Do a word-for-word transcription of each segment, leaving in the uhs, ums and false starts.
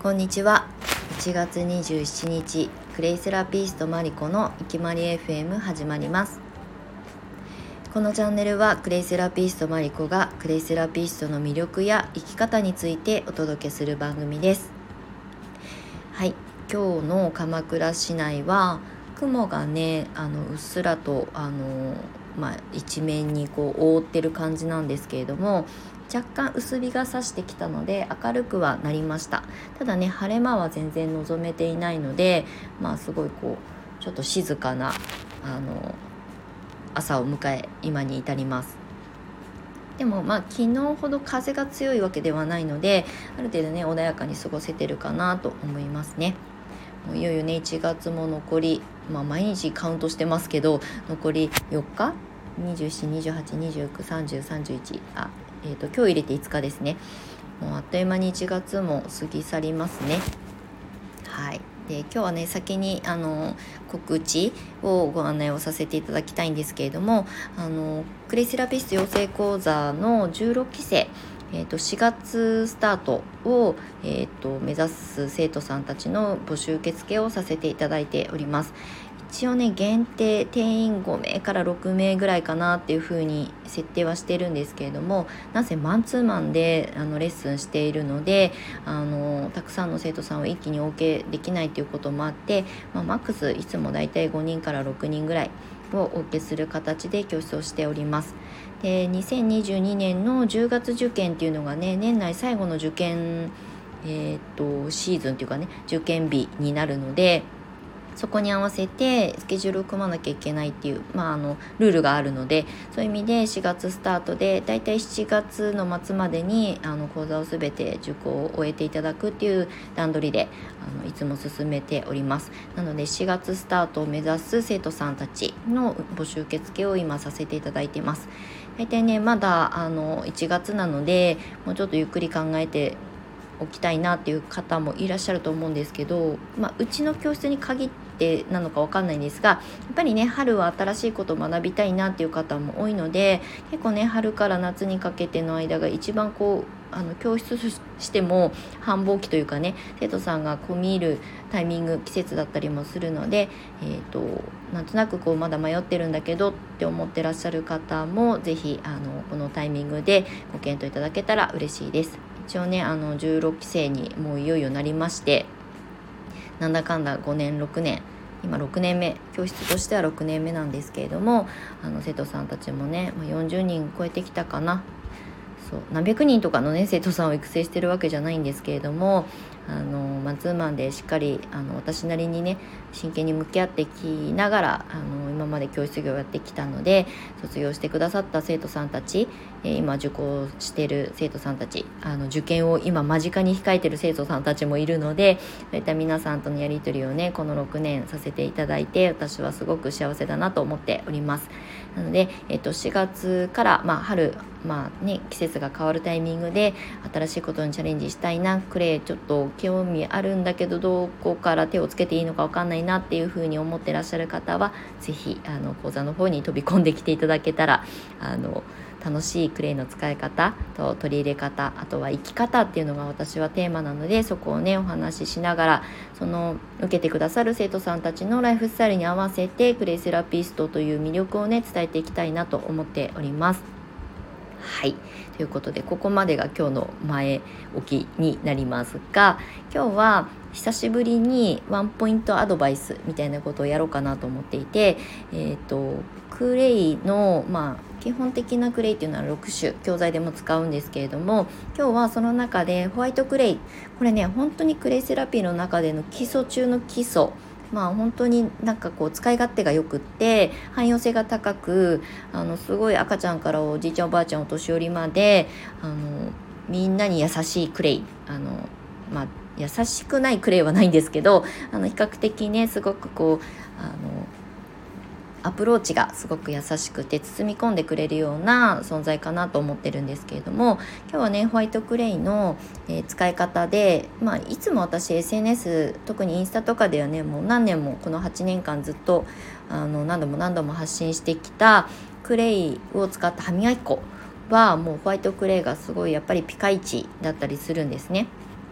こんにちは。いちがつにじゅうしちにち、クレイセラピストマリコのいきまり エフエム 始まります。このチャンネルはクレイセラピストマリコがクレイセラピストの魅力や生き方についてお届けする番組です。はい、今日の鎌倉市内は雲がねあのうっすらとあの、まあ、一面にこう覆ってる感じなんですけれども、若干薄日が差してきたので明るくはなりました。ただね、晴れ間は全然望めていないので、まあすごいこうちょっと静かなあの朝を迎え、今に至ります。でもまあ昨日ほど風が強いわけではないので、ある程度ね穏やかに過ごせてるかなと思いますね。もういよいよねいちがつも残り、まあ毎日カウントしてますけど、残りよっか、にじゅうしち、にじゅうはち、にじゅうく、さんじゅう、さんじゅういち、あ、えーと今日入れていつかですね。もうあっという間にいちがつも過ぎ去りますね。はい。で今日はね先にあの告知をご案内をさせていただきたいんですけれども、あのクレイセラピスト養成講座のじゅうろっきせい、えー、としがつスタートを、えー、と目指す生徒さんたちの募集受付をさせていただいております。一応ね限定定員ごめいからろくめいぐらいかなっていう風に設定はしてるんですけれども、なぜマンツーマンであのレッスンしているので、あのたくさんの生徒さんを一気にお受けできないということもあって、まあ、マックスいつもだいたいごにんからろくにんぐらいをお受けする形で教室をしております。でにせんにじゅうにねんのじゅうがつ受験っていうのがね、年内最後の受験、えー、とシーズンというかね受験日になるので、そこに合わせてスケジュールを組まなきゃいけないっていう、まあ、あのルールがあるので、そういう意味でしがつスタートでだいたいしちがつの末までにあの講座をすべて受講を終えていただくっていう段取りであのいつも進めております。なのでしがつスタートを目指す生徒さんたちの募集受付を今させていただいています。大体ねまだあのいちがつなので、もうちょっとゆっくり考えておきたいなっていう方もいらっしゃると思うんですけど、まあ、うちの教室に限ってなのかわかんないんですが、やっぱりね春は新しいことを学びたいなっていう方も多いので、結構ね春から夏にかけての間が一番こうあの教室としても繁忙期というかね、生徒さんが込み入るタイミング季節だったりもするので、えーと、なんとなくこうまだ迷ってるんだけどって思ってらっしゃる方もぜひあのこのタイミングでご検討いただけたら嬉しいです。一応ねあのじゅうろっきせいにもういよいよなりまして、なんだかんだごねんろくねん、今ろくねんめ、教室としてはろくねんめなんですけれども、あの生徒さんたちもねよんじゅうにん超えてきたかな。そう何百人とかのね生徒さんを育成してるわけじゃないんですけれども、あのマンツーマンでしっかりあの私なりにね真剣に向き合ってきながらあの今まで教室業をやってきたので、卒業してくださった生徒さんたち、えー、今受講している生徒さんたち、あの受験を今間近に控えている生徒さんたちもいるので、そういった皆さんとのやり取りをねこのろくねんさせていただいて、私はすごく幸せだなと思っております。なので、えっと、しがつから、まあ、春、まあね、季節が変わるタイミングで新しいことにチャレンジしたいな、クレイちょっと興味あるんだけどどこから手をつけていいのか分かんないなっていうふうに思ってらっしゃる方は、ぜひあの講座の方に飛び込んできていただけたら、あの楽しいクレイの使い方と取り入れ方、あとは生き方っていうのが私はテーマなので、そこをねお話ししながら、その受けてくださる生徒さんたちのライフスタイルに合わせてクレイセラピストという魅力をね伝えていきたいなと思っております。はい、ということでここまでが今日の前置きになりますが、今日は久しぶりにワンポイントアドバイスみたいなことをやろうかなと思っていて、えーと、クレイの、まあ、基本的なクレイっていうのはろくしゅ、教材でも使うんですけれども、今日はその中でホワイトクレイ、これね本当にクレイセラピーの中での基礎中の基礎、まあ本当になんかこう使い勝手がよくって汎用性が高く、あのすごい赤ちゃんからおじいちゃんおばあちゃんお年寄りまであのみんなに優しいクレイ、あのまあ優しくないクレイはないんですけど、あの比較的ねすごくこうあのアプローチがすごく優しくて包み込んでくれるような存在かなと思ってるんですけれども、今日はねホワイトクレイの、えー、使い方で、まあ、いつも私 エスエヌエス 特にインスタとかではねもう何年もこのはちねんかんずっとあの何度も何度も発信してきたクレイを使った歯磨き粉はもうホワイトクレイがすごいやっぱりピカイチだったりするんですね。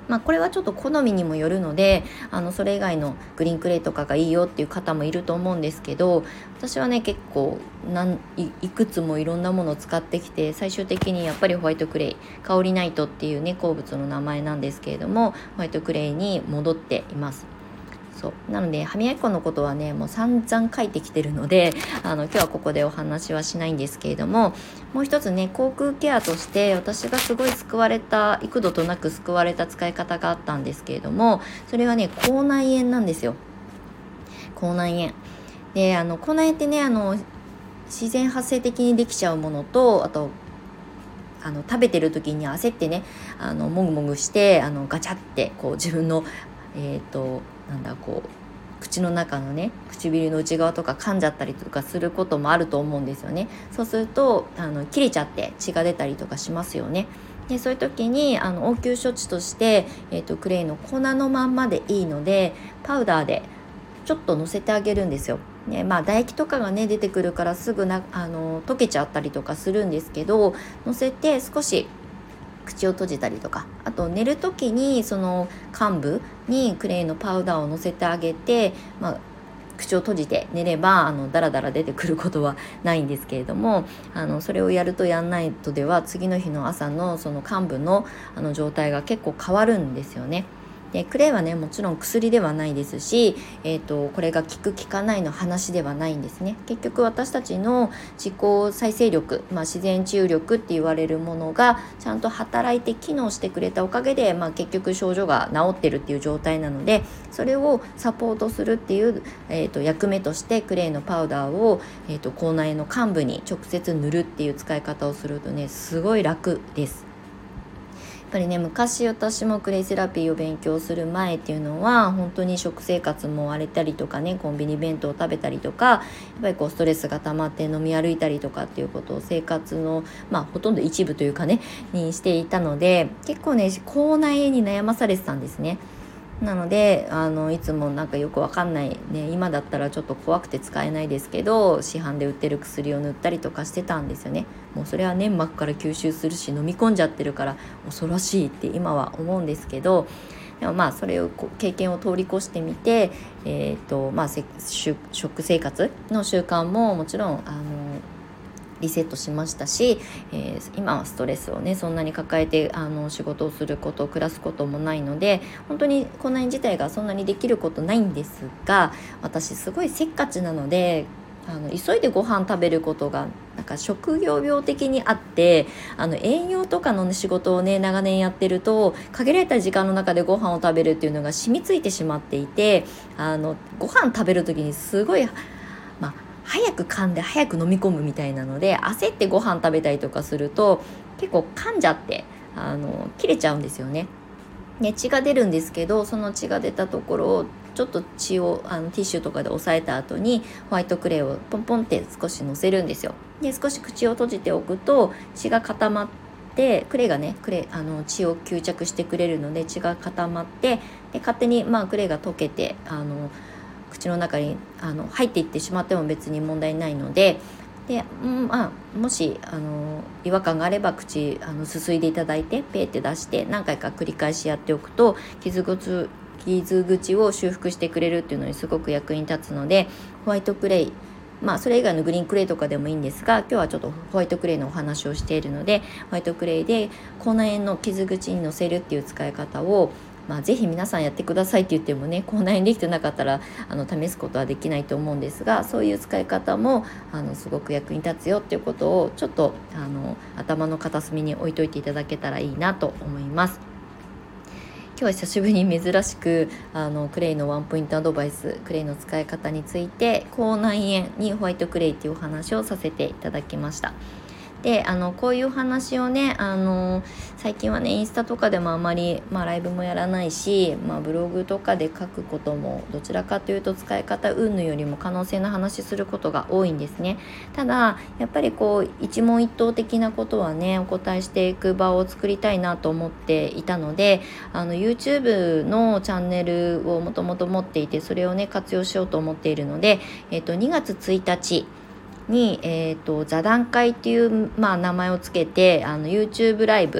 まあ、これはちょっと好みにもよるので、あのそれ以外のグリーンクレイとかがいいよっていう方もいると思うんですけど、私はね結構なんいいくつもいろんなものを使ってきて、最終的にやっぱりホワイトクレイ、カオリナイトっていうね鉱物の名前なんですけれども、ホワイトクレイに戻っています。そうなので歯磨き粉のことはねもう散々書いてきてるので、あの今日はここでお話はしないんですけれども、もう一つね口腔ケアとして私がすごい救われた、幾度となく救われた使い方があったんですけれども、それはね口内炎なんですよ。口内炎で、あの口内炎ってねあの自然発生的にできちゃうものと、あとあの食べてる時に焦ってねあのもぐもぐしてあのガチャってこう自分のえーとなんだこう口の中のね唇の内側とか噛んじゃったりとかすることもあると思うんですよね。そうするとあの切れちゃって血が出たりとかしますよね。でそういう時にあの応急処置として、えーとクレイの粉のまんまでいいのでパウダーでちょっと乗せてあげるんですよ。ね、まあ唾液とかがね出てくるからすぐなあの溶けちゃったりとかするんですけど、乗せて少し口を閉じたりとか、あと寝る時にその患部にクレイのパウダーを乗せてあげて、まあ、口を閉じて寝ればあのダラダラ出てくることはないんですけれども、あのそれをやるとやんないとでは次の日の朝のその患部のあの状態が結構変わるんですよね。でクレイはねもちろん薬ではないですし、えーと、これが効く効かないの話ではないんですね。結局私たちの自己再生力、まあ、自然治癒力って言われるものがちゃんと働いて機能してくれたおかげで、まあ、結局症状が治ってるっていう状態なので、それをサポートするっていう、えーと、役目としてクレイのパウダーを、えーと、口内の患部に直接塗るっていう使い方をするとねすごい楽です。やっぱりね昔私もクレイセラピーを勉強する前っていうのは本当に食生活も荒れたりとかね、コンビニ弁当を食べたりとか、やっぱりこうストレスが溜まって飲み歩いたりとかっていうことを生活のまあほとんど一部というかねにしていたので、結構ね口内炎に悩まされてたんですね。なのであのいつもなんかよくわかんないね、今だったらちょっと怖くて使えないですけど市販で売ってる薬を塗ったりとかしてたんですよね。もうそれは粘膜から吸収するし飲み込んじゃってるから恐ろしいって今は思うんですけど、でもまあそれをこう経験を通り越してみて、えーとまあ、食生活の習慣ももちろんあのリセットしましたし、えー、今はストレスをねそんなに抱えてあの仕事をすること暮らすこともないので、本当に口内炎自体がそんなにできることないんですが、私すごいせっかちなのであの急いでご飯食べることがなんか職業病的にあって、あの営業とかの、ね、仕事をね長年やってると限られた時間の中でご飯を食べるっていうのが染みついてしまっていて、あのご飯食べる時にすごいまあ早く噛んで早く飲み込むみたいなので、焦ってご飯食べたりとかすると結構噛んじゃってあの切れちゃうんですよね。で血が出るんですけど、その血が出たところをちょっと血をあのティッシュとかで押さえた後にホワイトクレイをポンポンって少し乗せるんですよ。で少し口を閉じておくと血が固まってクレイがねクレイあの血を吸着してくれるので血が固まって、で勝手に、まあ、クレイが溶けてあの口の中にあの入っていってしまっても別に問題ないので、で、うんまあ、もしあの違和感があれば口あのすすいでいただいてペーって出して何回か繰り返しやっておくと傷口傷口を修復してくれるっていうのにすごく役に立つので、ホワイトクレイ、まあそれ以外のグリーンクレイとかでもいいんですが、今日はちょっとホワイトクレイのお話をしているので、ホワイトクレイで口内炎の傷口にのせるっていう使い方をまあ、ぜひ皆さんやってくださいって言ってもね口内炎できてなかったらあの試すことはできないと思うんですが、そういう使い方もあのすごく役に立つよっていうことをちょっとあの頭の片隅に置いといていただけたらいいなと思います。今日は久しぶりに珍しくあのクレイのワンポイントアドバイス、クレイの使い方について口内炎にホワイトクレイっていうお話をさせていただきました。であのこういう話をねあの最近はねインスタとかでもあまり、まあ、ライブもやらないし、まあ、ブログとかで書くこともどちらかというと使い方云々よりも可能性の話することが多いんですね。ただやっぱりこう一問一答的なことはねお答えしていく場を作りたいなと思っていたので、あの YouTube のチャンネルをもともと持っていて、それをね活用しようと思っているので、えっと、にがつついたちに、えーと、座談会っていう、まあ、名前をつけてあの YouTube ライブ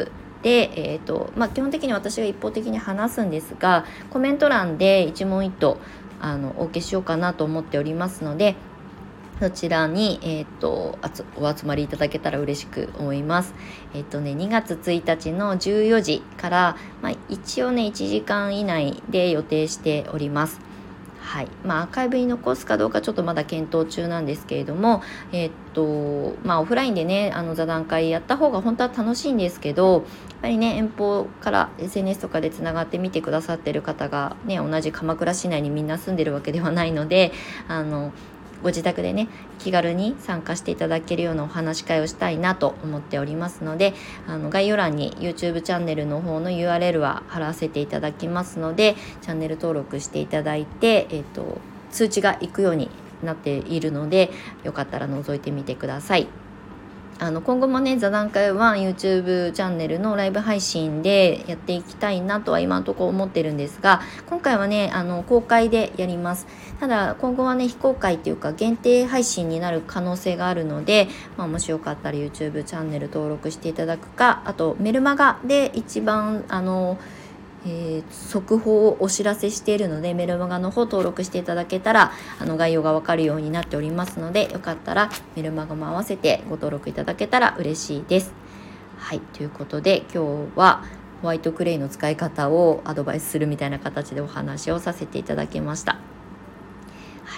で、えーとまあ、基本的に私が一方的に話すんですが、コメント欄で一問一答あのお受けしようかなと思っておりますので、そちらに、えー、とお集まりいただけたら嬉しく思います。えっ、とねにがつついたちのじゅうよじから、まあ、一応ねいちじかん以内で予定しております。はいまあ、アーカイブに残すかどうかちょっとまだ検討中なんですけれども、えっとまあ、オフラインでねあの座談会やった方が本当は楽しいんですけど、やっぱりね遠方から エスエヌエス とかでつながって見てくださってる方がね同じ鎌倉市内にみんな住んでるわけではないので、あのご自宅でね気軽に参加していただけるようなお話し会をしたいなと思っておりますので、あの概要欄に YouTube チャンネルの方の ユーアールエル は貼らせていただきますので、チャンネル登録していただいて、えーと、通知がいくようになっているので、よかったら覗いてみてください。あの今後もね座談会は YouTube チャンネルのライブ配信でやっていきたいなとは今のところ思ってるんですが、今回はねあの公開でやります。ただ今後はね非公開っていうか限定配信になる可能性があるので、まあ、もしよかったら YouTube チャンネル登録していただくか、あとメルマガで一番あのえー、速報をお知らせしているので、メルマガの方登録していただけたらあの概要がわかるようになっておりますので、よかったらメルマガも合わせてご登録いただけたら嬉しいです。はい、ということで今日はホワイトクレイの使い方をアドバイスするみたいな形でお話をさせていただきました。はい、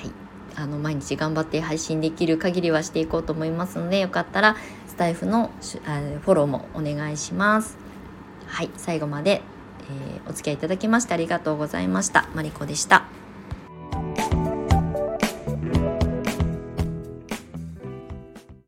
あの毎日頑張って配信できる限りはしていこうと思いますので、よかったらスタイフのフォローもお願いします。はい、最後までえー、お付き合いいただきましてありがとうございました。マリコでした。